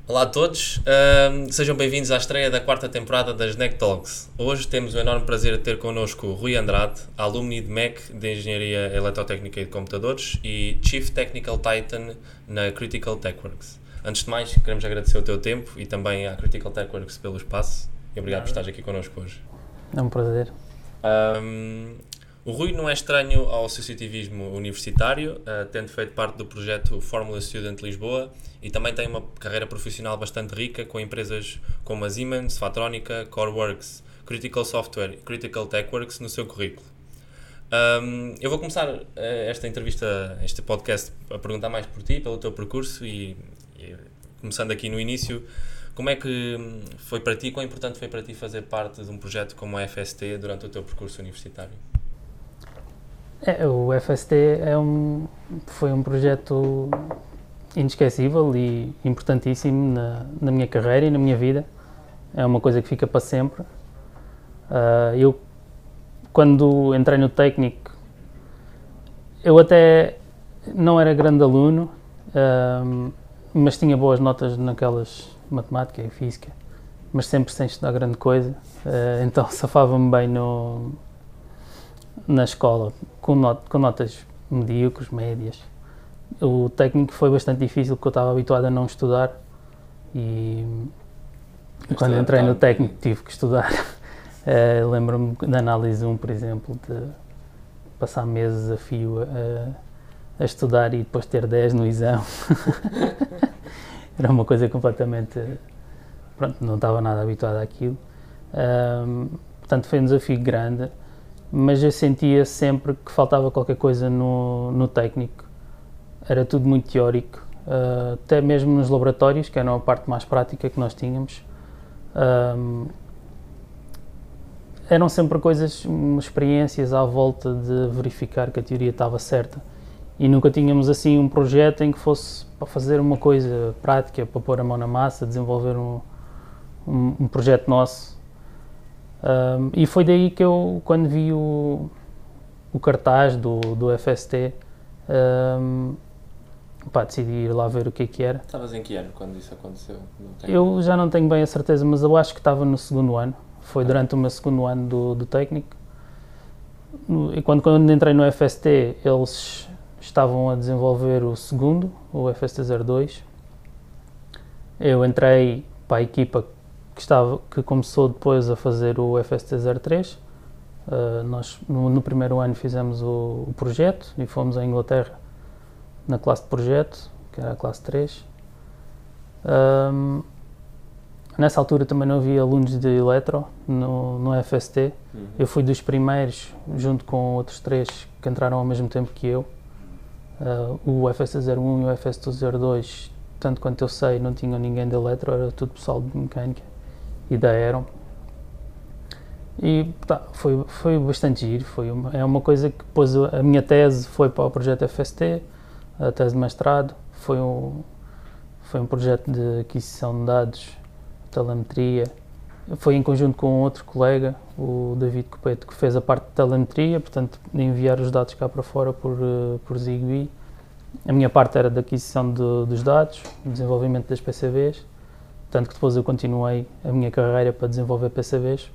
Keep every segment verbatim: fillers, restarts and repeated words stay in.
Olá a todos, Ahm, sejam bem-vindos à estreia da quarta temporada das N E C Talks. Hoje temos o enorme prazer de ter connosco o Rui Andrade, alumni de M E C de Engenharia Eletrotécnica e de Computadores e Chief Technical Titan na Critical TechWorks. Antes de mais, queremos agradecer o teu tempo e também à Critical TechWorks pelo espaço e obrigado por estares aqui connosco hoje. É um prazer. Um, o Rui não é estranho ao associativismo universitário, uh, tendo feito parte do projeto Fórmula Student Lisboa e também tem uma carreira profissional bastante rica com empresas como a Siemens, Fatronica, Coreworks, Critical Software e Critical TechWorks no seu currículo. Um, eu vou começar uh, esta entrevista, este podcast, a perguntar mais por ti, pelo teu percurso e, e começando aqui no início, como é que foi para ti, quão importante foi para ti fazer parte de um projeto como a F S T durante o teu percurso universitário? É, o F S T é um, foi um projeto inesquecível e importantíssimo na, na minha carreira e na minha vida. É uma coisa que fica para sempre. Uh, eu, quando entrei no técnico, eu até não era grande aluno, uh, mas tinha boas notas naquelas matemática e física, mas sempre sem estudar grande coisa, uh, então safava-me bem no, na escola, com, not, com notas medíocres, médias. O técnico foi bastante difícil porque eu estava habituado a não estudar e Estudar quando entrei no tanto. técnico tive que estudar. uh, lembro-me da análise um, por exemplo, de passar meses a fio a, a estudar e depois ter dez no exame. Era uma coisa completamente, pronto, não estava nada habituado àquilo, um, portanto foi um desafio grande, mas eu sentia sempre que faltava qualquer coisa no, no técnico, era tudo muito teórico, uh, até mesmo nos laboratórios, que era a parte mais prática que nós tínhamos, um, eram sempre coisas, experiências à volta de verificar que a teoria estava certa. E nunca tínhamos assim um projeto em que fosse para fazer uma coisa prática, para pôr a mão na massa, desenvolver um, um, um projeto nosso. Um, e foi daí que eu, quando vi o, o cartaz do, do F S T, um, pá, decidi ir lá ver o que é que era. Estavas em que ano quando isso aconteceu? Não tenho... Eu já não tenho bem a certeza, mas eu acho que estava no segundo ano. Foi durante o meu segundo ano do, do técnico. E quando, quando entrei no F S T, eles estavam a desenvolver o segundo, o F S T zero dois. Eu entrei para a equipa que, estava, que começou depois a fazer o F S T zero três. Uh, nós, no, no primeiro ano, fizemos o, o projeto e fomos à Inglaterra na classe de projeto, que era a classe três. Um, nessa altura também não havia alunos de eletro no, no F S T. Uhum. Eu fui dos primeiros, junto com outros três que entraram ao mesmo tempo que eu. Uh, o F S T zero um e o F S T zero dois, tanto quanto eu sei, não tinham ninguém de eletro, era tudo pessoal de mecânica e da aero. E tá, foi, foi bastante giro, foi uma, é uma coisa que depois a minha tese foi para o projeto F S T, a tese de mestrado, foi um, foi um projeto de aquisição de dados, telemetria, foi em conjunto com outro colega, o David Copeto, que fez a parte de telemetria, portanto, de enviar os dados cá para fora por, por Zigbee. A minha parte era da aquisição de, dos dados, desenvolvimento das P C Bs, tanto que depois eu continuei a minha carreira para desenvolver P C Bs.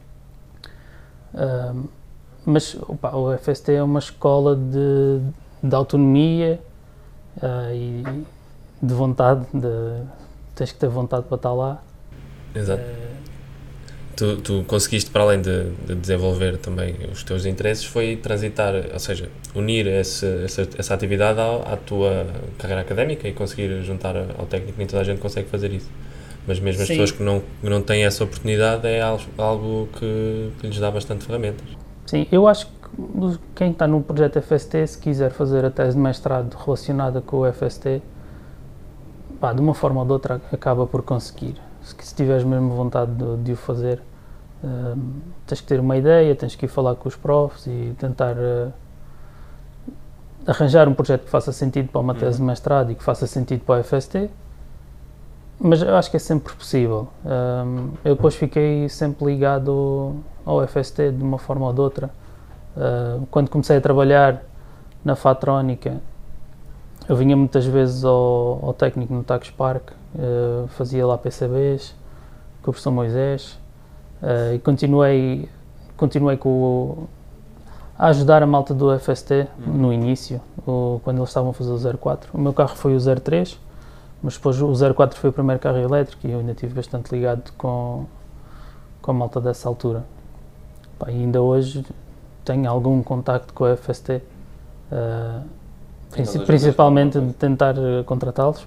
Um, mas opa, o F S T é uma escola de, de autonomia uh, e de vontade, de, tens que ter vontade para estar lá. Exato. Uh, Tu, tu conseguiste, para além de, de desenvolver também os teus interesses, foi transitar, ou seja, unir esse, essa, essa atividade ao, à tua carreira académica e conseguir juntar ao técnico. Nem toda a gente consegue fazer isso, mas mesmo as Sim. pessoas que não, que não têm essa oportunidade é algo, algo que, que lhes dá bastante ferramentas. Sim, eu acho que quem está no projeto F S T, se quiser fazer a tese de mestrado relacionada com o F S T, pá, de uma forma ou de outra acaba por conseguir. Se, se tiveres mesmo vontade de, de o fazer, uh, tens que ter uma ideia, tens que ir falar com os profs e tentar uh, arranjar um projeto que faça sentido para uma tese de mestrado e que faça sentido para o F S T, mas eu acho que é sempre possível. Um, eu depois fiquei sempre ligado ao F S T de uma forma ou de outra. Uh, quando comecei a trabalhar na Fatronica, eu vinha muitas vezes ao, ao técnico no Tagus Park uh, fazia lá P C Bs com o professor Moisés uh, e continuei, continuei com o, a ajudar a malta do F S T uhum. no início, o, quando eles estavam a fazer o zero quatro. O meu carro foi o zero três, mas depois o zero quatro foi o primeiro carro elétrico e eu ainda estive bastante ligado com, com a malta dessa altura. Pá, e ainda hoje tenho algum contacto com a F S T, uh, princip principalmente de tentar contratá-los.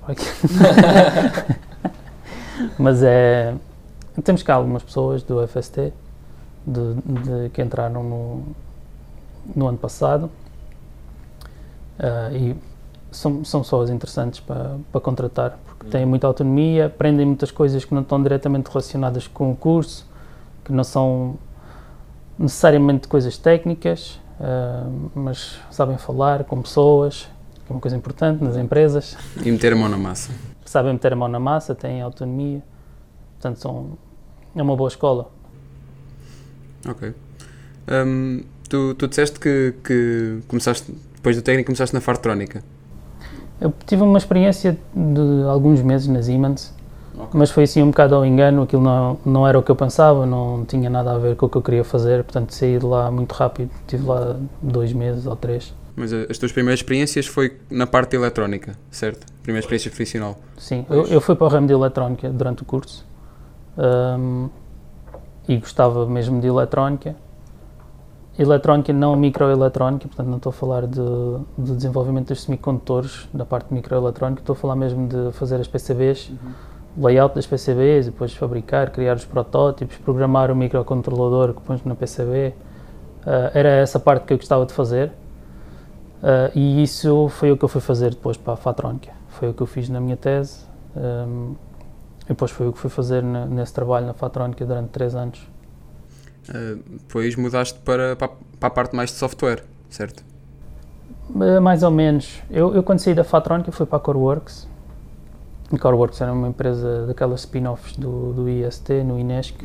Mas é, temos cá algumas pessoas do F S T de, de, que entraram no, no ano passado uh, e são, são pessoas interessantes para, para contratar, porque têm muita autonomia, aprendem muitas coisas que não estão diretamente relacionadas com o curso, que não são necessariamente coisas técnicas, uh, mas sabem falar com pessoas, que é uma coisa importante nas empresas. E meter a mão na massa. Sabem meter a mão na massa, têm autonomia, portanto são, é uma boa escola. Ok. Um, tu, tu disseste que, que começaste, depois do técnico, começaste na Fartrónica. Eu tive uma experiência de alguns meses na Siemens. Okay. Mas foi assim um bocado ao engano, aquilo não, não era o que eu pensava, não tinha nada a ver com o que eu queria fazer, portanto saí de lá muito rápido, estive lá dois meses ou três. Mas as tuas primeiras experiências foi na parte de eletrónica, certo? Primeira experiência profissional? Sim, eu, eu fui para o ramo de eletrónica durante o curso um, e gostava mesmo de eletrónica. Eletrónica, não microeletrónica, portanto não estou a falar de, de desenvolvimento dos semicondutores, da parte de microeletrónica, estou a falar mesmo de fazer as P C Bs, uhum. layout das P C Bs, depois fabricar, criar os protótipos, programar o microcontrolador que pões na P C B. Uh, era essa parte que eu gostava de fazer uh, e isso foi o que eu fui fazer depois para a Fatrónica. Foi o que eu fiz na minha tese um, e depois foi o que fui fazer na, nesse trabalho na Fatrónica durante três anos. Uh, depois mudaste para, para, para a parte mais de software, certo? Uh, mais ou menos. Eu, eu quando saí da Fatrónica fui para a Coreworks. A Coreworks era uma empresa daquelas spin-offs do, do I S T, no Inesc,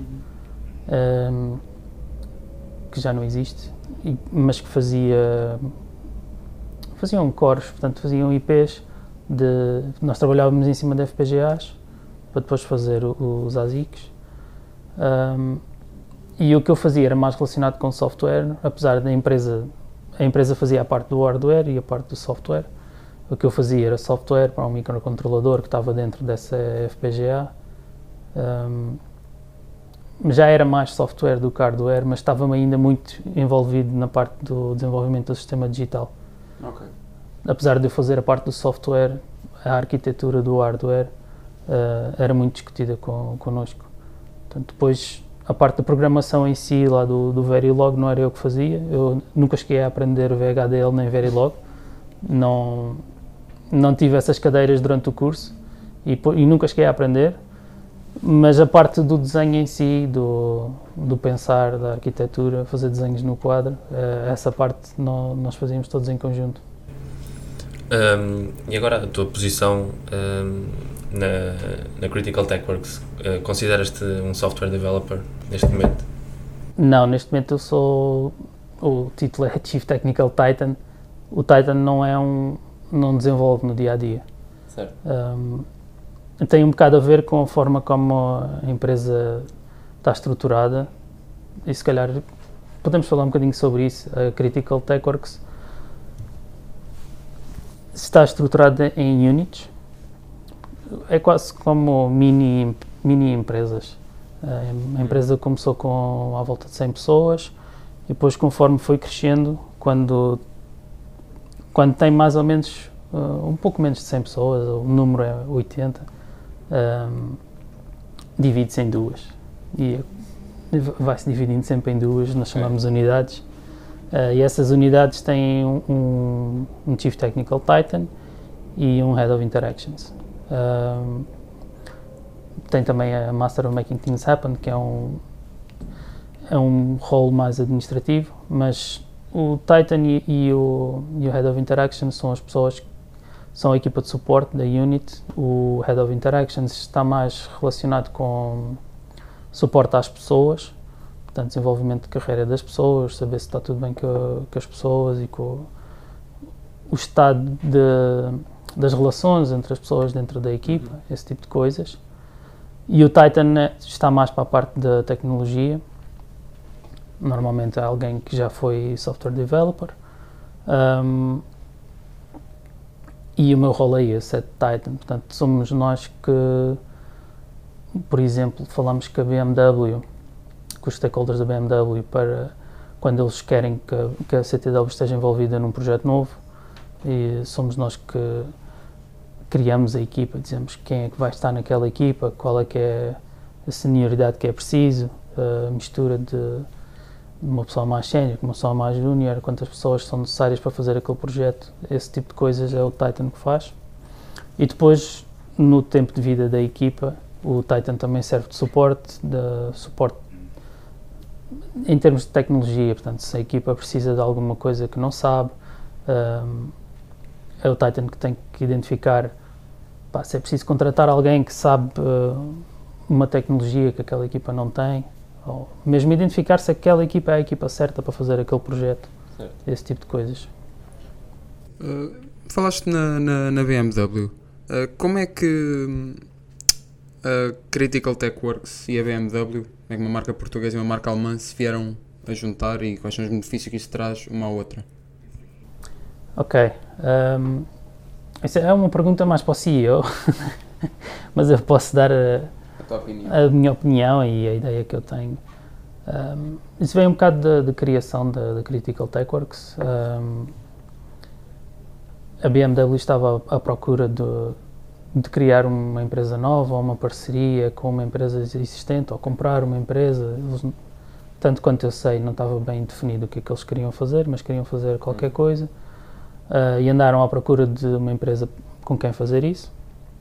um, que já não existe, e, mas que fazia faziam cores, portanto faziam I Ps de, nós trabalhávamos em cima de F P G As para depois fazer o, os A S I Cs. Um, e o que eu fazia era mais relacionado com software, apesar da empresa, a empresa fazia a parte do hardware e a parte do software. O que eu fazia era software para um microcontrolador que estava dentro dessa F P G A. Um, já era mais software do que hardware, mas estava-me ainda muito envolvido na parte do desenvolvimento do sistema digital. Okay. Apesar de eu fazer a parte do software, a arquitetura do hardware uh, era muito discutida com, connosco. Portanto, depois, a parte da programação em si, lá do, do Verilog, não era eu que fazia. Eu nunca cheguei a aprender V H D L nem Verilog. Não, não tive essas cadeiras durante o curso e, e nunca cheguei a aprender. Mas a parte do desenho em si, do, do pensar, da arquitetura, fazer desenhos no quadro, essa parte nós, nós fazíamos todos em conjunto. Um, e agora a tua posição um, na, na Critical TechWorks, uh, consideras-te um software developer neste momento? Não, neste momento eu sou, o título é Chief Technical Titan. O Titan não é um, não desenvolve no dia a dia. Certo. Um, tem um bocado a ver com a forma como a empresa está estruturada e se calhar podemos falar um bocadinho sobre isso. A Critical TechWorks está estruturada em units, é quase como mini, mini empresas. A empresa começou com à volta de cem pessoas e depois, conforme foi crescendo, quando, quando tem mais ou menos um pouco menos de cem pessoas, o número é oitenta, Um, divide-se em duas e vai-se dividindo sempre em duas, nós chamamos okay. unidades uh, e essas unidades têm um, um Chief Technical Titan e um Head of Interactions. Um, tem também a Master of Making Things Happen, que é um, é um rol mais administrativo, mas o Titan e, e, o, e o Head of Interactions são as pessoas que são a equipa de suporte da unit. O Head of Interactions está mais relacionado com suporte às pessoas, portanto, desenvolvimento de carreira das pessoas, saber se está tudo bem com, com as pessoas e com o, o estado de das relações entre as pessoas dentro da equipa, uhum. esse tipo de coisas. E o Titan está mais para a parte da tecnologia. Normalmente é alguém que já foi software developer. Um, e o meu rol é esse, é de Titan. Portanto, somos nós que, por exemplo, falamos com a B M W, com os stakeholders da B M W, para quando eles querem que, que a C T W esteja envolvida num projeto novo, e somos nós que criamos a equipa, dizemos quem é que vai estar naquela equipa, qual é que é a senioridade que é preciso, a mistura de uma pessoa mais sénior com uma pessoa mais júnior, quantas pessoas são necessárias para fazer aquele projeto, esse tipo de coisas é o Titan que faz. E depois, no tempo de vida da equipa, o Titan também serve de suporte, de suporte em termos de tecnologia, portanto, se a equipa precisa de alguma coisa que não sabe, um, é o Titan que tem que identificar, pá, se é preciso contratar alguém que sabe uh, uma tecnologia que aquela equipa não tem, ou mesmo identificar se aquela equipa é a equipa certa para fazer aquele projeto, certo. Esse tipo de coisas. Uh, falaste na, na, na B M W, uh, como é que a Critical TechWorks e a B M W, é uma marca portuguesa e uma marca alemã, se vieram a juntar e quais são os benefícios que isso traz uma à outra? Ok, um, essa é uma pergunta mais para o C E O, mas eu posso dar a, a, tua opinião. a minha opinião e a ideia que eu tenho. Um, isso vem um bocado da, da criação da, da Critical TechWorks. Um, a B M W estava à, à procura de, de criar uma empresa nova ou uma parceria com uma empresa existente ou comprar uma empresa. Eles, tanto quanto eu sei, não estava bem definido o que é que eles queriam fazer, mas queriam fazer qualquer hum. coisa. Uh, e andaram à procura de uma empresa com quem fazer isso,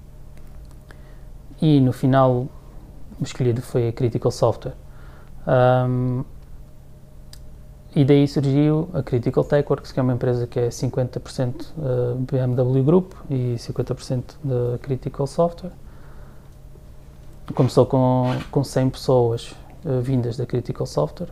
e no final o escolhido foi a Critical Software. Um, e daí surgiu a Critical TechWorks, que é uma empresa que é cinquenta por cento B M W Group e cinquenta por cento da Critical Software. Começou com, com cem pessoas uh, vindas da Critical Software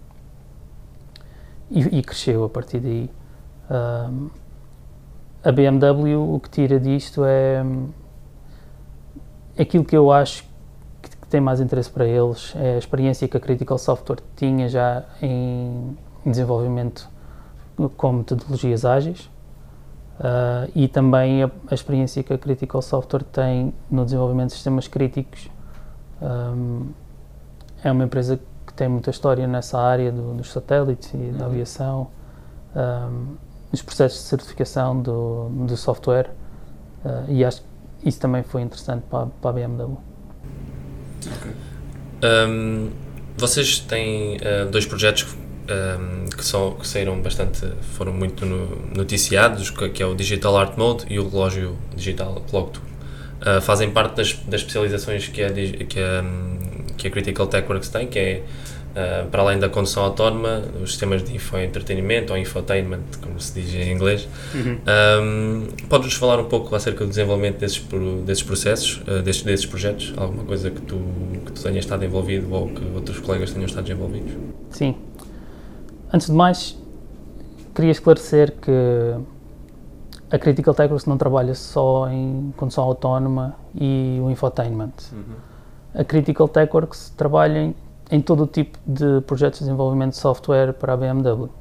e, e cresceu a partir daí. Um, a B M W, o que tira disto é aquilo que eu acho que, que tem mais interesse para eles, é a experiência que a Critical Software tinha já em desenvolvimento com metodologias ágeis, uh, e também a, a experiência que a Critical Software tem no desenvolvimento de sistemas críticos. Um, é uma empresa que tem muita história nessa área do, dos satélites e da aviação, um, nos processos de certificação do, do software, uh, e acho que isso também foi interessante para, para a B M W. Okay. Um, vocês têm uh, dois projetos um, que, são, que saíram bastante, foram muito no, noticiados, que, que é o Digital Art Mode e o relógio digital Clock dois. Uh, fazem parte das, das especializações que a, que, a, que a Critical TechWorks tem, que é Uh, para além da condução autónoma, os sistemas de infoentretenimento ou infotainment, como se diz em inglês. Uhum. Um, podes-nos falar um pouco acerca do desenvolvimento desses, desses processos, uh, desses, desses projetos? Alguma coisa que tu, que tu tenhas estado envolvido ou que outros colegas tenham estado envolvidos? Sim. Antes de mais, queria esclarecer que a Critical TechWorks não trabalha só em condução autónoma e o infotainment. Uhum. A Critical TechWorks trabalha em em todo o tipo de projetos de desenvolvimento de software para a B M W.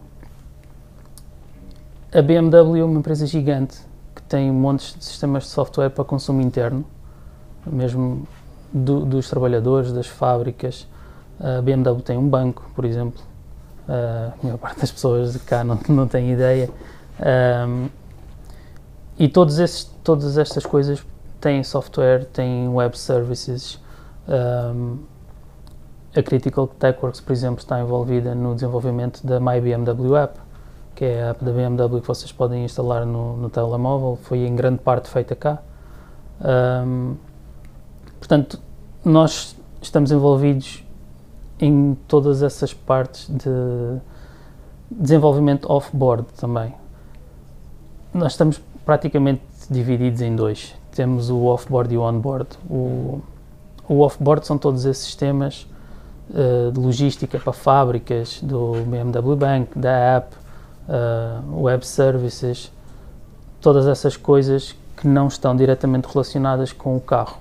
A B M W é uma empresa gigante que tem montes de sistemas de software para consumo interno, mesmo do, dos trabalhadores, das fábricas. A B M W tem um banco, por exemplo. A maior parte das pessoas de cá não, não tem ideia. Um, e todos esses, todas estas coisas têm software, têm web services. Um, A Critical TechWorks, por exemplo, está envolvida no desenvolvimento da My B M W App, que é a app da B M W que vocês podem instalar no, no telemóvel. Foi em grande parte feita cá. Um, portanto, nós estamos envolvidos em todas essas partes de desenvolvimento off-board também. Nós estamos praticamente divididos em dois. Temos o off-board e o on-board. O, o off-board são todos esses sistemas uh, de logística para fábricas, do B M W Bank, da app, uh, web services, todas essas coisas que não estão diretamente relacionadas com o carro.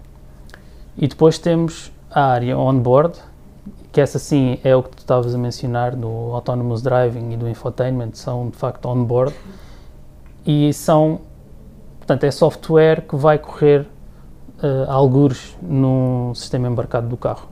E depois temos a área on-board, que essa sim é o que tu estavas a mencionar do autonomous driving e do infotainment, são de facto on-board, e são, portanto, é software que vai correr uh, algures no sistema embarcado do carro.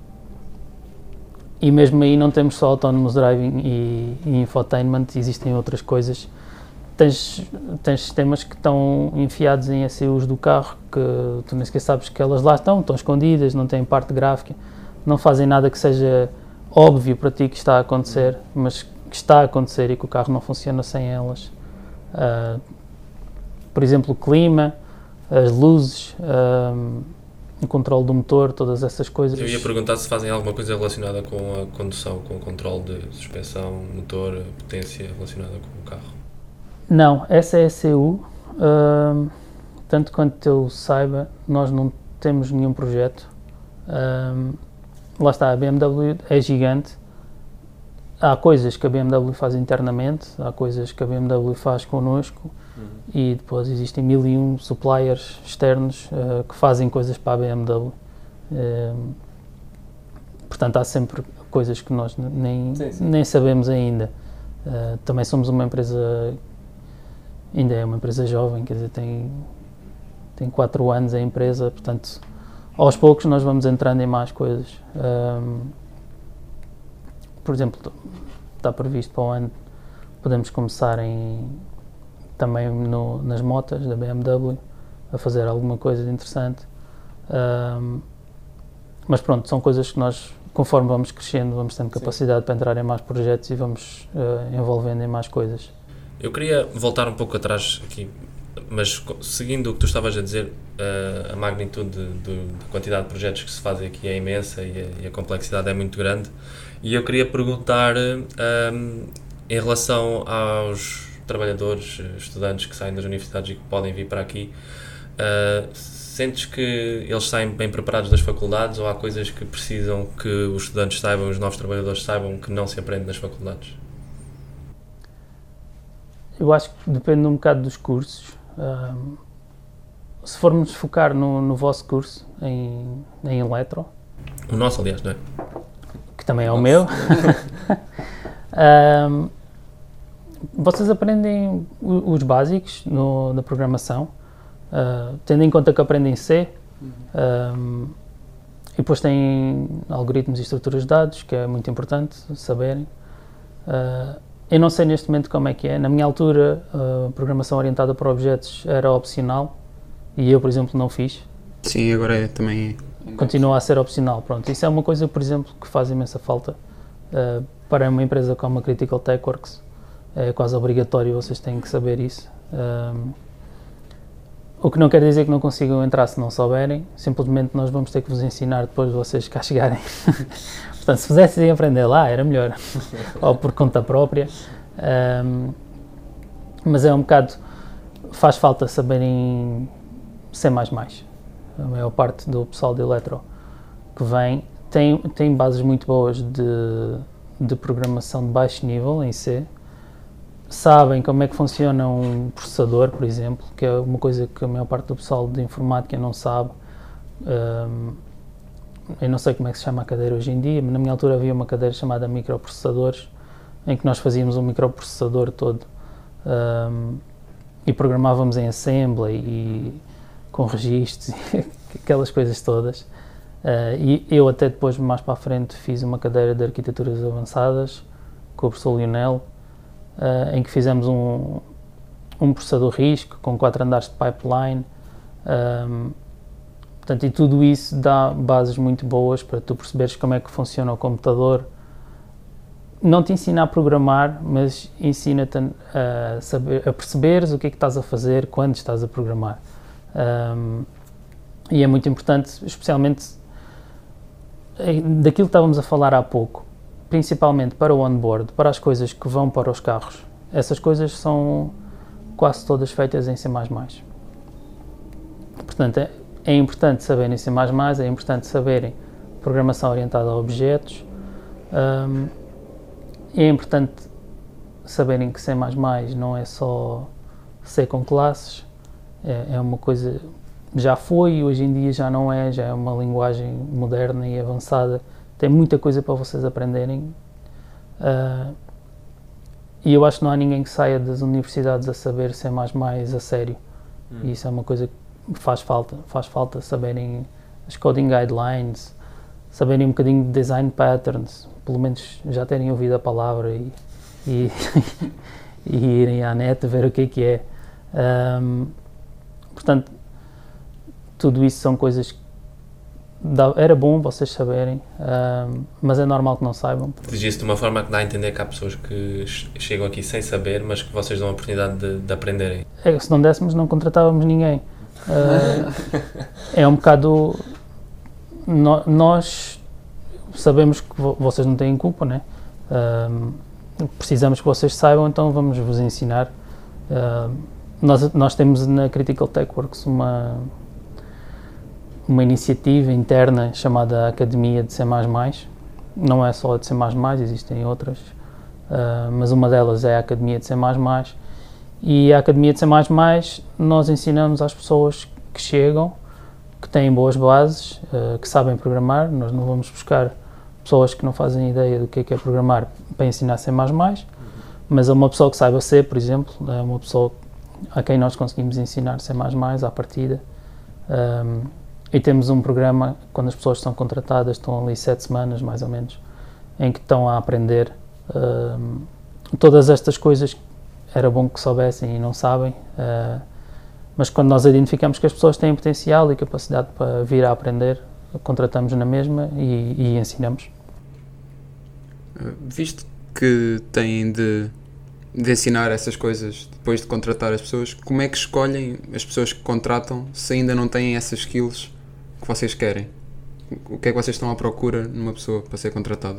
E mesmo aí não temos só autonomous driving e, e infotainment, existem outras coisas. Tens, tens sistemas que estão enfiados em E C Us do carro, que tu nem sequer sabes que elas lá estão, estão escondidas, não têm parte gráfica, não fazem nada que seja óbvio para ti que está a acontecer, mas que está a acontecer e que o carro não funciona sem elas. Uh, por exemplo, o clima, as luzes, uh, o controle do motor, todas essas coisas. Eu ia perguntar se fazem alguma coisa relacionada com a condução, com o controle de suspensão, motor, potência relacionada com o carro. Não, essa é a E C U, uh, tanto quanto eu saiba, nós não temos nenhum projeto. Uh, lá está, a B M W é gigante, há coisas que a B M W faz internamente, há coisas que a B M W faz connosco, uhum. E depois existem mil e um suppliers externos uh, que fazem coisas para a B M W. Uh, portanto, há sempre coisas que nós nem, sim, sim. nem sabemos ainda. Uh, também somos uma empresa, ainda é uma empresa jovem, quer dizer, tem, tem quatro anos a empresa, portanto, aos poucos nós vamos entrando em mais coisas. Um, por exemplo, está previsto para o ano, podemos começar em, também no, nas motas da B M W, a fazer alguma coisa de interessante. Um, mas pronto, são coisas que nós, conforme vamos crescendo, vamos tendo capacidade Sim. para entrar em mais projetos e vamos uh, envolvendo em mais coisas. Eu queria voltar um pouco atrás aqui, mas seguindo o que tu estavas a dizer, uh, a magnitude de, de, de quantidade de projetos que se fazem aqui é imensa e a, e a complexidade é muito grande, e eu queria perguntar um, em relação aos trabalhadores, estudantes que saem das universidades e que podem vir para aqui, uh, sentes que eles saem bem preparados das faculdades ou há coisas que precisam que os estudantes saibam, os novos trabalhadores saibam que não se aprende nas faculdades? Eu acho que depende um bocado dos cursos. Um, se formos focar no, no vosso curso em, em eletro, o nosso, aliás, não é? Que também é o meu, um, vocês aprendem os básicos no, da programação, uh, tendo em conta que aprendem C, um, e depois têm algoritmos e estruturas de dados, que é muito importante saberem. Uh, Eu não sei neste momento como é que é. Na minha altura, a programação orientada para objetos era opcional e eu, por exemplo, não fiz. Sim, agora é também. Continua a ser opcional. Pronto, isso é uma coisa, por exemplo, que faz imensa falta uh, para uma empresa como a Critical Tech Works. É quase obrigatório, vocês têm que saber isso. Um, o que não quer dizer que não consigam entrar se não souberem, simplesmente nós vamos ter que vos ensinar depois de vocês cá chegarem. Portanto, se pudessem aprender lá, era melhor, ou por conta própria, um, mas é um bocado, faz falta saberem C mais mais. A maior parte do pessoal de eletro que vem tem, tem bases muito boas de, de programação de baixo nível em C, sabem como é que funciona um processador, por exemplo, que é uma coisa que a maior parte do pessoal de informática não sabe. Um, eu não sei como é que se chama a cadeira hoje em dia, mas na minha altura havia uma cadeira chamada microprocessadores, em que nós fazíamos um microprocessador todo um, e programávamos em assembly e com registros, aquelas coisas todas. Uh, e eu até depois, mais para a frente, fiz uma cadeira de arquiteturas avançadas com o professor Lionel, uh, em que fizemos um, um processador risco com quatro andares de pipeline. Um, portanto, e tudo isso dá bases muito boas para tu perceberes como é que funciona o computador. Não te ensina a programar, mas ensina-te a, saber, a perceberes o que é que estás a fazer quando estás a programar. Um, e é muito importante, especialmente daquilo que estávamos a falar há pouco, principalmente para o onboard, para as coisas que vão para os carros. Essas coisas são quase todas feitas em C mais mais. Portanto, é, é importante saberem C mais mais, é importante saberem programação orientada a objetos, um, é importante saberem que C mais mais não é só C com classes, é, é uma coisa, já foi e hoje em dia já não é, já é uma linguagem moderna e avançada, tem muita coisa para vocês aprenderem. Uh, e eu acho que não há ninguém que saia das universidades a saber C mais mais a sério. Hum. E isso é uma coisa que faz falta, faz falta saberem as coding guidelines, saberem um bocadinho de design patterns, pelo menos já terem ouvido a palavra e, e, e irem à net ver o que é que é. Um, portanto, tudo isso são coisas que dá, era bom vocês saberem, um, mas é normal que não saibam. Diz isso de uma forma que dá a entender que há pessoas que chegam aqui sem saber, mas que vocês dão a oportunidade de, de aprenderem. É, se não dessemos, não contratávamos ninguém. Uh, é um bocado... No, nós sabemos que vo, vocês não têm culpa, né? Uh, precisamos que vocês saibam, então vamos vos ensinar. Uh, nós, nós temos na Critical Tech Works uma... uma iniciativa interna chamada Academia de C mais mais. Não é só a de C mais mais, existem outras, uh, mas uma delas é a Academia de C mais mais. E a Academia de C mais mais nós ensinamos às pessoas que chegam, que têm boas bases, uh, que sabem programar. Nós não vamos buscar pessoas que não fazem ideia do que é, que é programar para ensinar C mais mais, mas a uma pessoa que saiba C, por exemplo, é uma pessoa a quem nós conseguimos ensinar C mais mais à partida. Um, E temos um programa, quando as pessoas são contratadas, estão ali sete semanas, mais ou menos, em que estão a aprender uh, todas estas coisas que era bom que soubessem e não sabem, uh, mas quando nós identificamos que as pessoas têm potencial e capacidade para vir a aprender, contratamos na mesma e, e ensinamos. Visto que têm de, de ensinar essas coisas depois de contratar as pessoas, como é que escolhem as pessoas que contratam se ainda não têm essas skills que vocês querem? O que é que vocês estão à procura numa pessoa para ser contratada?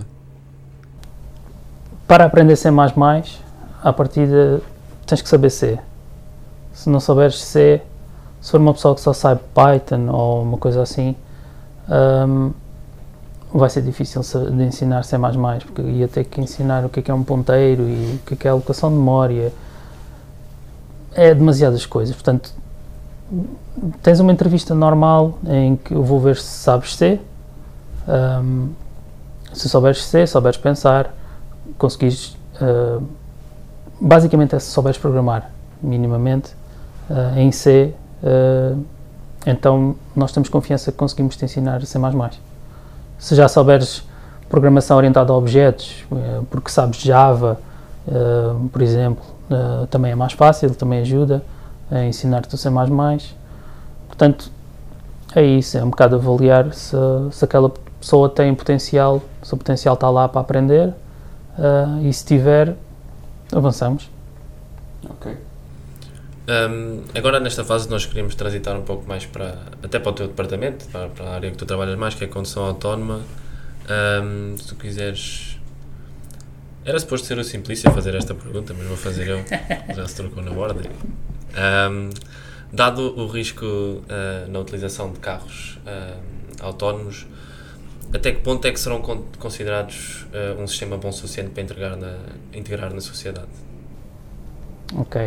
Para aprender C mais mais, à partida tens que saber C. Se não souberes C, se for uma pessoa que só sabe Python ou uma coisa assim, um, vai ser difícil de ensinar C mais mais, porque ia ter que ensinar o que é, que é um ponteiro e o que é, que é alocação de memória. É demasiadas coisas, portanto, tens uma entrevista normal em que eu vou ver se sabes C, um, se souberes C, souberes pensar, conseguires, uh, basicamente é se souberes programar minimamente uh, em C, uh, então nós temos confiança que conseguimos te ensinar C mais mais. Se já souberes programação orientada a objetos, uh, porque sabes Java, uh, por exemplo, uh, também é mais fácil, também ajuda a ensinar-te o C mais mais. Portanto, é isso, é um bocado avaliar se, se aquela pessoa tem potencial, se o potencial está lá para aprender, uh, e se tiver, avançamos. Ok. Um, agora nesta fase nós queríamos transitar um pouco mais para, até para o teu departamento, para, para a área que tu trabalhas mais, que é a condução autónoma. Um, se tu quiseres... Era suposto ser o Simplício a fazer esta pergunta, mas vou fazer eu, já se trocou na ordem. Um, dado o risco uh, na utilização de carros uh, autónomos, até que ponto é que serão con- considerados uh, um sistema bom o suficiente para integrar na, integrar na sociedade? Ok.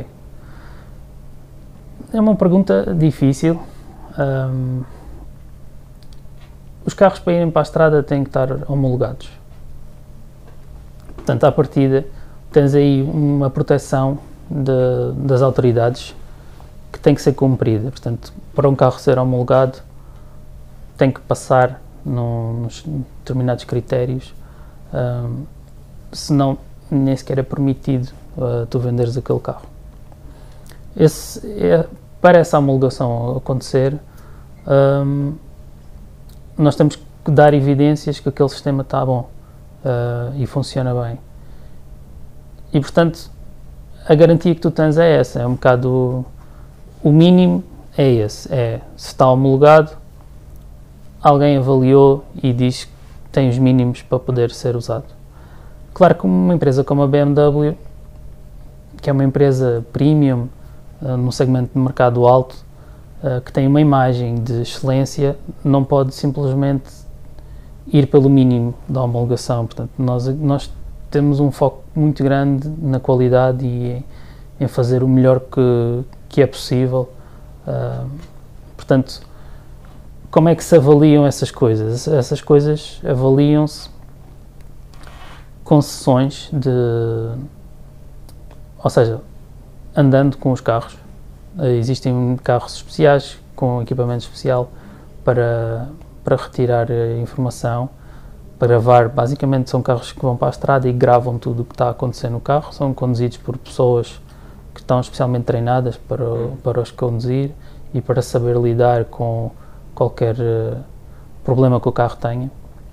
É uma pergunta difícil. Um, os carros para irem para a estrada têm que estar homologados. Portanto, à partida, tens aí uma proteção de, das autoridades que tem que ser cumprida. Portanto, para um carro ser homologado, tem que passar no, nos determinados critérios, um, senão nem sequer é permitido uh, tu venderes aquele carro. Esse, é, para essa homologação acontecer, um, nós temos que dar evidências que aquele sistema está bom uh, e funciona bem. E, portanto, a garantia que tu tens é essa, é um bocado... O mínimo é esse, é se está homologado, alguém avaliou e diz que tem os mínimos para poder ser usado. Claro que uma empresa como a B M W, que é uma empresa premium, uh, num segmento de mercado alto, uh, que tem uma imagem de excelência, não pode simplesmente ir pelo mínimo da homologação. Portanto, nós, nós temos um foco muito grande na qualidade e em, em fazer o melhor que, que é possível, Uh, portanto, como é que se avaliam essas coisas? Essas coisas avaliam-se com sessões de, ou seja, andando com os carros. Uh, existem carros especiais com equipamento especial para, para retirar uh, informação, para gravar. Basicamente são carros que vão para a estrada e gravam tudo o que está a acontecer no carro. São conduzidos por pessoas que estão especialmente treinadas para, para os conduzir e para saber lidar com qualquer uh, problema que o carro tenha.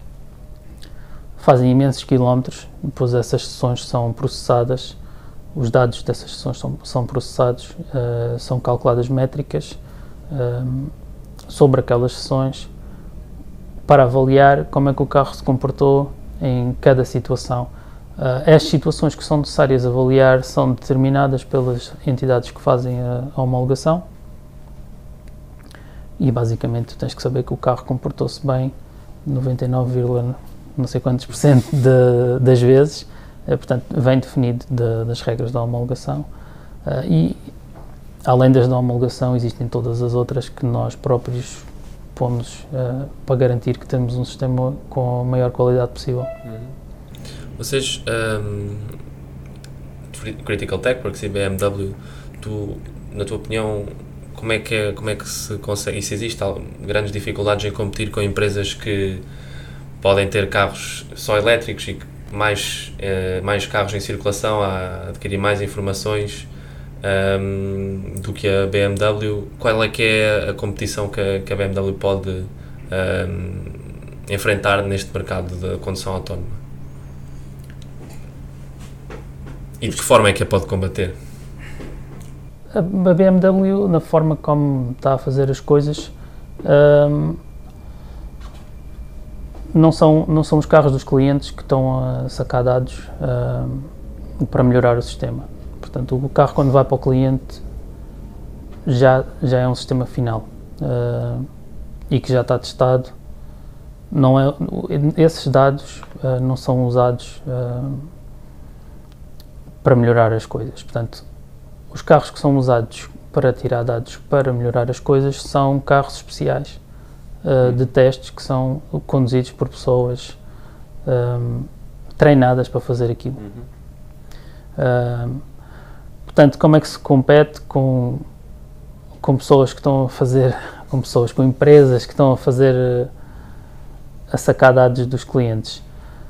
Fazem imensos quilómetros, depois essas sessões são processadas, os dados dessas sessões são, são processados, uh, são calculadas métricas uh, sobre aquelas sessões para avaliar como é que o carro se comportou em cada situação. Uh, as situações que são necessárias avaliar são determinadas pelas entidades que fazem a, a homologação e basicamente tu tens que saber que o carro comportou-se bem noventa e nove, não sei quantos por cento de, das vezes, uh, portanto vem definido de, das regras da homologação uh, e além das da homologação existem todas as outras que nós próprios pomos uh, para garantir que temos um sistema com a maior qualidade possível. Uhum. Vocês, um, Critical Tech Works e B M W, tu, na tua opinião, como é que, é, como é que se consegue, e se existem grandes dificuldades em competir com empresas que podem ter carros só elétricos e mais, eh, mais carros em circulação a adquirir mais informações um, do que a B M W? Qual é que é a competição que a, que a B M W pode um, enfrentar neste mercado da condução autónoma? E de que forma é que a pode combater? A B M W, na forma como está a fazer as coisas, um, não, são, não são os carros dos clientes que estão a sacar dados um, para melhorar o sistema. Portanto, o carro, quando vai para o cliente, já, já é um sistema final uh, e que já está testado. Não é, esses dados uh, não são usados uh, para melhorar as coisas. Portanto, os carros que são usados para tirar dados para melhorar as coisas são carros especiais uh, de testes que são conduzidos por pessoas um, treinadas para fazer aquilo. Uhum. Uh, portanto, como é que se compete com, com pessoas que estão a fazer, com pessoas, com empresas que estão a fazer, uh, a sacar dados dos clientes?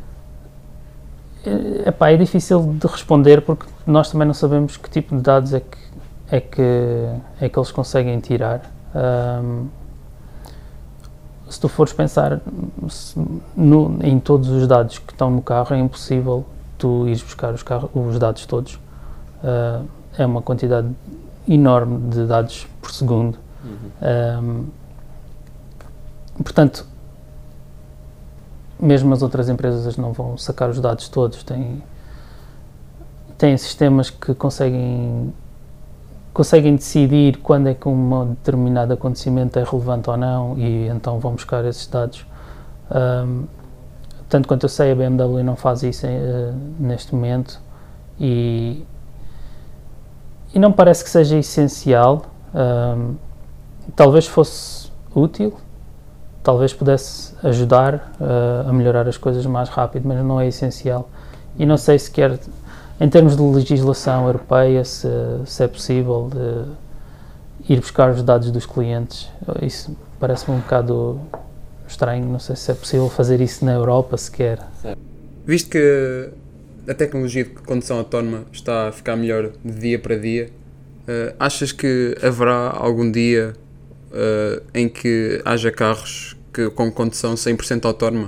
Epá, é difícil de responder porque nós também não sabemos que tipo de dados é que, é que, é que eles conseguem tirar. Um, se tu fores pensar se, no, em todos os dados que estão no carro, é impossível tu ires buscar os, carro, os dados todos. Uh, é uma quantidade enorme de dados por segundo. Uhum. Um, portanto, mesmo as outras empresas não vão sacar os dados todos, têm, têm sistemas que conseguem, conseguem decidir quando é que um determinado acontecimento é relevante ou não e então vão buscar esses dados. Um, tanto quanto eu sei, a B M W não faz isso uh, neste momento e, e não parece que seja essencial. Um, talvez fosse útil, talvez pudesse ajudar uh, a melhorar as coisas mais rápido, mas não é essencial. E não sei sequer, em termos de legislação europeia, se, se é possível de ir buscar os dados dos clientes. Isso parece-me um bocado estranho, não sei se é possível fazer isso na Europa sequer. Visto que a tecnologia de condução autónoma está a ficar melhor de dia para dia, uh, achas que haverá algum dia Uh, em que haja carros que, com condução cem por cento autónoma?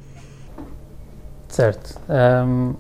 Certo. Um,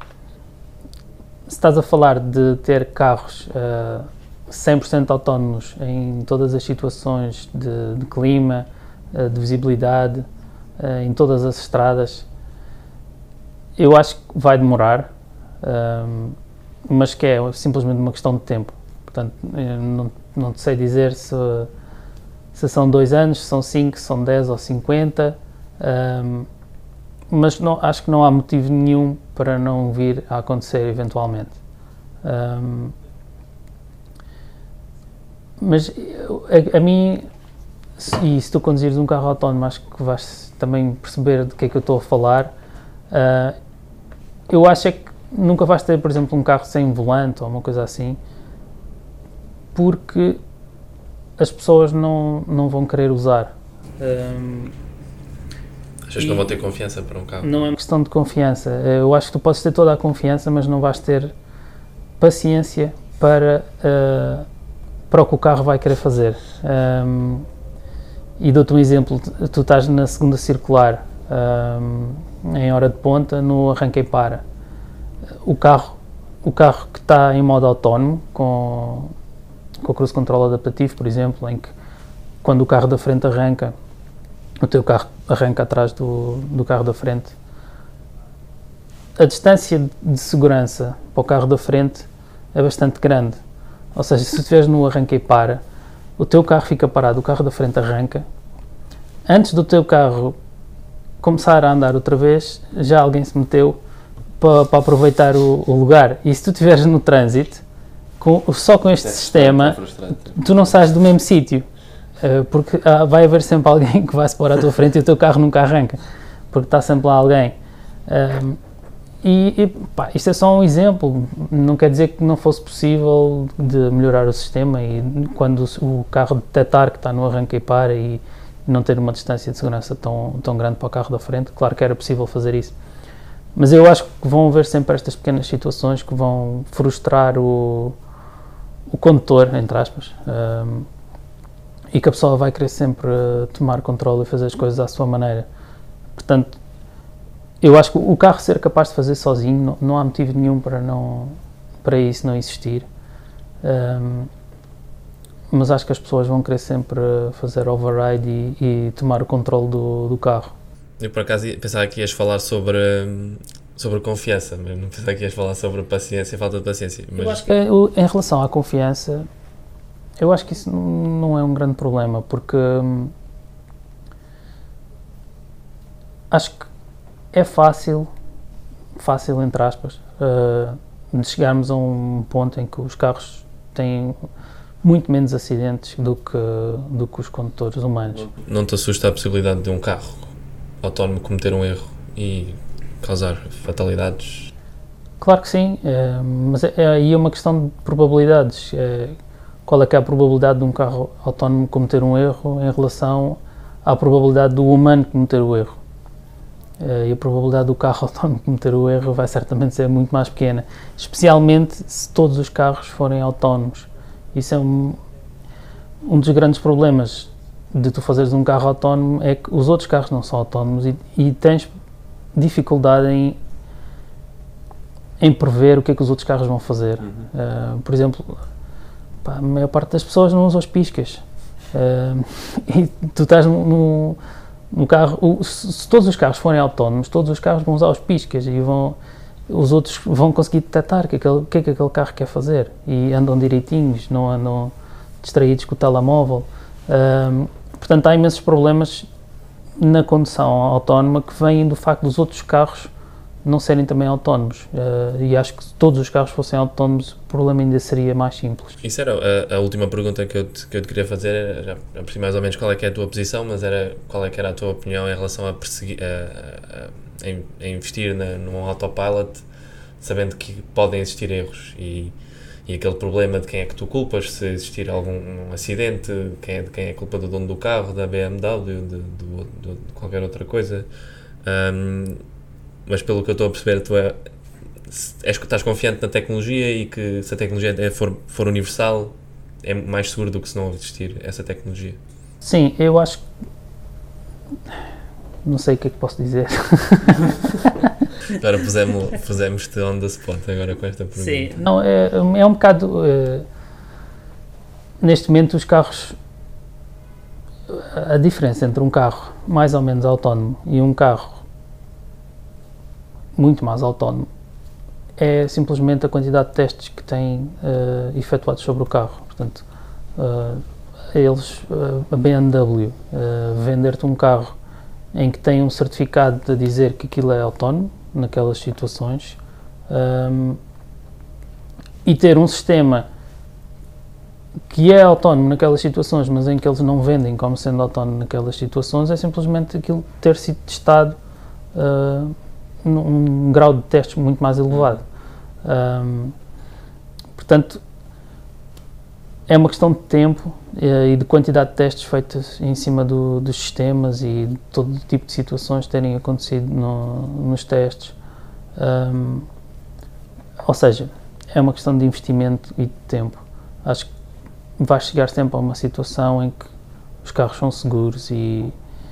se estás a falar de ter carros uh, cem por cento autónomos em todas as situações de, de clima, uh, de visibilidade, uh, em todas as estradas, eu acho que vai demorar, um, mas que é simplesmente uma questão de tempo. Portanto, eu não, não te sei dizer se se são dois anos, se são cinco, se são dez ou cinquenta, um, mas não, acho que não há motivo nenhum para não vir a acontecer eventualmente. Um, mas a, a mim, e se tu conduzires um carro autónomo, acho que vais também perceber de que é que eu estou a falar. Uh, eu acho é que nunca vais ter, por exemplo, um carro sem volante ou uma coisa assim, porque as pessoas não, não vão querer usar. Um, Achas que não vão ter confiança para um carro? Não é uma questão de confiança. Eu acho que tu podes ter toda a confiança, mas não vais ter paciência para, uh, para o que o carro vai querer fazer. Um, e dou-te um exemplo, tu estás na segunda circular, um, em hora de ponta, no arranca e para. O carro, o carro que está em modo autónomo, com, com o cruise control adaptativo, por exemplo, em que quando o carro da frente arranca, o teu carro arranca atrás do, do carro da frente, a distância de segurança para o carro da frente é bastante grande. Ou seja, se tu estiveres no arranca e para, o teu carro fica parado, o carro da frente arranca. Antes do teu carro começar a andar outra vez, já alguém se meteu para, para aproveitar o, o lugar. E se tu estiveres no trânsito, com, só com este é sistema, tu não sais do mesmo sítio. Porque ah, vai haver sempre alguém que vai se pôr à tua frente e o teu carro nunca arranca, porque está sempre lá alguém. Um, e e pá, isto é só um exemplo, não quer dizer que não fosse possível de melhorar o sistema e quando o carro detectar que está no arranca e para e não ter uma distância de segurança tão, tão grande para o carro da frente, claro que era possível fazer isso. Mas eu acho que vão haver sempre estas pequenas situações que vão frustrar o, o condutor, entre aspas. Um, e que a pessoa vai querer sempre uh, tomar controle e fazer as coisas à sua maneira. Portanto, eu acho que o carro ser capaz de fazer sozinho, não, não há motivo nenhum para, não, para isso não existir. Um, mas acho que as pessoas vão querer sempre fazer override e, e tomar o controle do, do carro. Eu, por acaso, pensava que ias falar sobre, sobre confiança, mas não pensava que ias falar sobre paciência e falta de paciência. Mas... Eu acho que, eu, em relação à confiança, eu acho que isso não é um grande problema, porque hum, acho que é fácil, fácil entre aspas, uh, de chegarmos a um ponto em que os carros têm muito menos acidentes do que, do que os condutores humanos. Não te assusta a possibilidade de um carro autónomo cometer um erro e causar fatalidades? Claro que sim, é, mas é, é aí uma questão de probabilidades. É, qual é que é a probabilidade de um carro autónomo cometer um erro em relação à probabilidade do humano cometer o erro? É, e a probabilidade do carro autónomo cometer o erro vai certamente ser muito mais pequena, especialmente se todos os carros forem autónomos. Isso é um, um dos grandes problemas de tu fazeres um carro autónomo, é que os outros carros não são autónomos e, e tens dificuldade em, em prever o que é que os outros carros vão fazer. Uhum. Uh, por exemplo, pá, a maior parte das pessoas não usa os piscas. Uh, e tu estás no, no, no carro, o, se, se todos os carros forem autónomos, todos os carros vão usar os piscas e vão, os outros vão conseguir detectar o que, é que, o que é que aquele carro quer fazer e andam direitinhos, não andam distraídos com o telemóvel. Uh, portanto, há imensos problemas na condução autónoma que vêm do facto dos outros carros não serem também autónomos, uh, e acho que se todos os carros fossem autónomos o problema ainda seria mais simples. Isso era a, a última pergunta que eu, te, que eu te queria fazer, já percebi mais ou menos qual é que é a tua posição, mas era qual é que era a tua opinião em relação a, perseguir, a, a, a investir na, num autopilot, sabendo que podem existir erros e, e aquele problema de quem é que tu culpas, se existir algum um acidente, quem é, de quem é a culpa do dono do carro, da B M W, de, de, de, de qualquer outra coisa. Um, mas pelo que eu estou a perceber, tu é, és, estás confiante na tecnologia e que se a tecnologia é, for, for universal é mais seguro do que se não existir essa tecnologia. Sim, eu acho que... não sei o que é que posso dizer. Agora pusemos, pusemos-te on the spot agora com esta pergunta. Sim, não, é, é um bocado... É, neste momento os carros... A diferença entre um carro mais ou menos autónomo e um carro muito mais autónomo é simplesmente a quantidade de testes que têm uh, efetuados sobre o carro. Portanto, uh, eles, uh, a B M W, uh, vender-te um carro em que tem um certificado de dizer que aquilo é autónomo naquelas situações, um, e ter um sistema que é autónomo naquelas situações, mas em que eles não vendem como sendo autónomo naquelas situações, é simplesmente aquilo ter sido testado uh, num grau de testes muito mais elevado. Um, portanto, é uma questão de tempo uh, e de quantidade de testes feitos em cima do, dos sistemas e de todo tipo de situações terem acontecido no, nos testes. Um, ou seja, é uma questão de investimento e de tempo. Acho que vai chegar sempre a uma situação em que os carros são seguros e,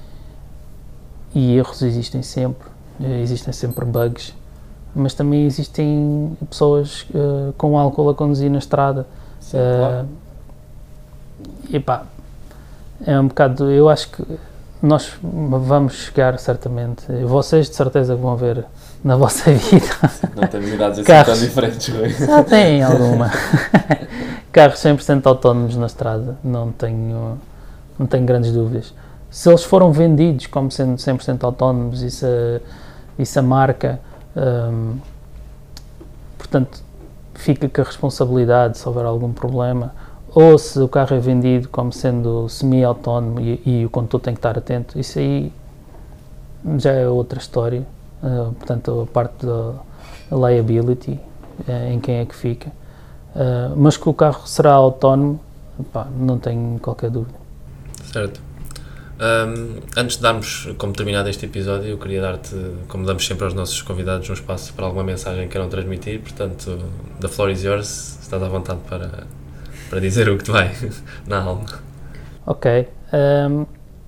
e erros existem sempre, existem sempre bugs, mas também existem pessoas uh, com álcool a conduzir na estrada. Sim, uh, claro. E pá, é um bocado, eu acho que nós vamos chegar certamente, vocês de certeza que vão ver na vossa vida. Não temos idades assim tão diferentes, não é? Já têm alguma. Carros cem por cento autónomos na estrada, não tenho, não tenho grandes dúvidas. Se eles foram vendidos como sendo cem por cento autónomos e se, e se a marca, hum, portanto, fica com a responsabilidade se houver algum problema, ou se o carro é vendido como sendo semi-autónomo e, e o condutor tem que estar atento, isso aí já é outra história. Uh, portanto, a parte da liability, uh, em quem é que fica. Uh, mas que o carro será autónomo, pá, não tenho qualquer dúvida. Certo. Um, antes de darmos como terminado este episódio, eu queria dar-te, como damos sempre aos nossos convidados, um espaço para alguma mensagem que queiram transmitir. Portanto, the floor is yours, estás à vontade para, para dizer o que te vai na alma. Ok. Um,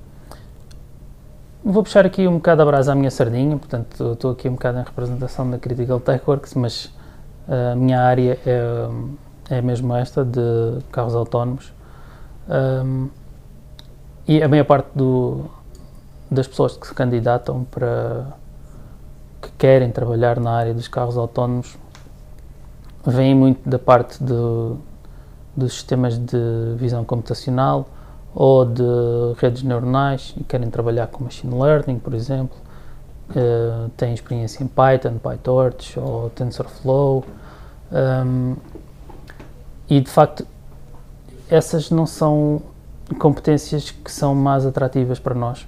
vou puxar aqui um bocado a brasa à minha sardinha, portanto, estou aqui um bocado em representação da Critical Tech Works, mas a minha área é, é mesmo esta, de carros autónomos. Um, e a maior parte do, das pessoas que se candidatam para, que querem trabalhar na área dos carros autónomos, vêm muito da parte do, dos sistemas de visão computacional ou de redes neuronais e querem trabalhar com machine learning, por exemplo. Uh, têm experiência em Python, PyTorch ou TensorFlow, um, e de facto essas não são competências que são mais atrativas para nós.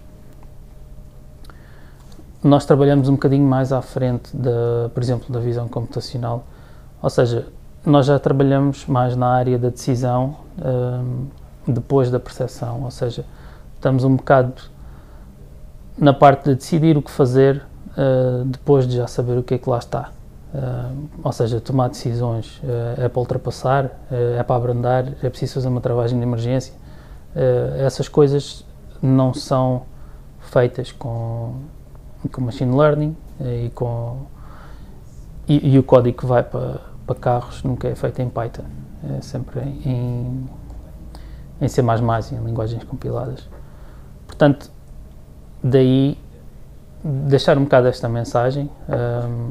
Nós trabalhamos um bocadinho mais à frente, da, por exemplo, da visão computacional, ou seja, nós já trabalhamos mais na área da decisão um, depois da percepção, ou seja, estamos um bocado na parte de decidir o que fazer uh, depois de já saber o que é que lá está. Uh, ou seja, tomar decisões, uh, é para ultrapassar, uh, é para abrandar, é preciso fazer uma travagem de emergência. Uh, essas coisas não são feitas com, com machine learning uh, e, com, e, e o código que vai para, para carros nunca é feito em Python, é sempre em, em C mais mais, em linguagens compiladas. Portanto, daí deixar um bocado esta mensagem. Um,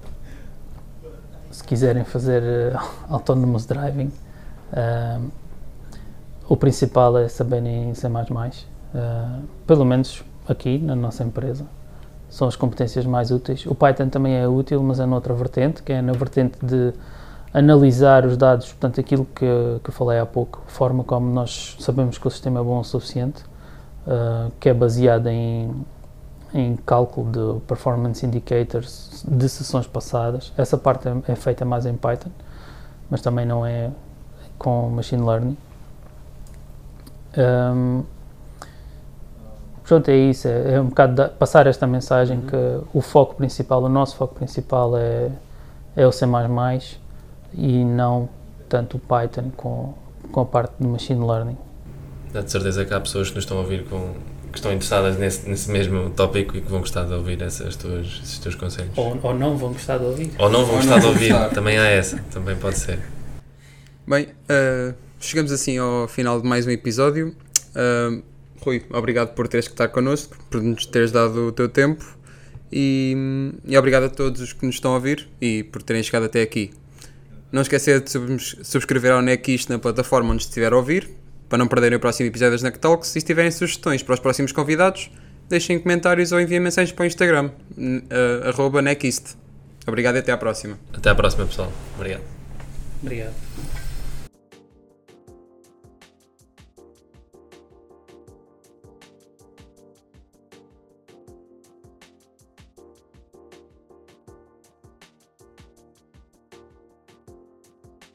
se quiserem fazer uh, autonomous driving, um, o principal é saberem C mais mais, uh, pelo menos aqui na nossa empresa são as competências mais úteis. O Python também é útil, mas é noutra vertente, que é na vertente de analisar os dados, portanto aquilo que, que eu falei há pouco, a forma como nós sabemos que o sistema é bom o suficiente, uh, que é baseado em em cálculo de performance indicators de sessões passadas. Essa parte é, é feita mais em Python, mas também não é com machine learning. Um, pronto, é isso, é, é um bocado da, passar esta mensagem, uhum, que o foco principal, o nosso foco principal é, é o C mais mais e não tanto o Python com, com a parte de machine learning. Dá de certeza que há pessoas que nos estão a ouvir com que estão interessadas nesse, nesse mesmo tópico e que vão gostar de ouvir essas tuas, esses teus conselhos. Ou, ou não vão gostar de ouvir. Ou não vão ou gostar não de ouvir, gostar. Também há essa, também pode ser. Bem, uh, chegamos assim ao final de mais um episódio. Uh, Rui, obrigado por teres que estar connosco, por nos teres dado o teu tempo e, e obrigado a todos os que nos estão a ouvir e por terem chegado até aqui. Não esquecer de subscrever ao Nekist na plataforma onde estiver a ouvir, para não perderem o próximo episódio das Nec Talks. E se tiverem sugestões para os próximos convidados, deixem comentários ou enviem mensagens para o Instagram, uh, arroba Nekist. Obrigado e até à próxima. Até à próxima, pessoal. Obrigado. Obrigado.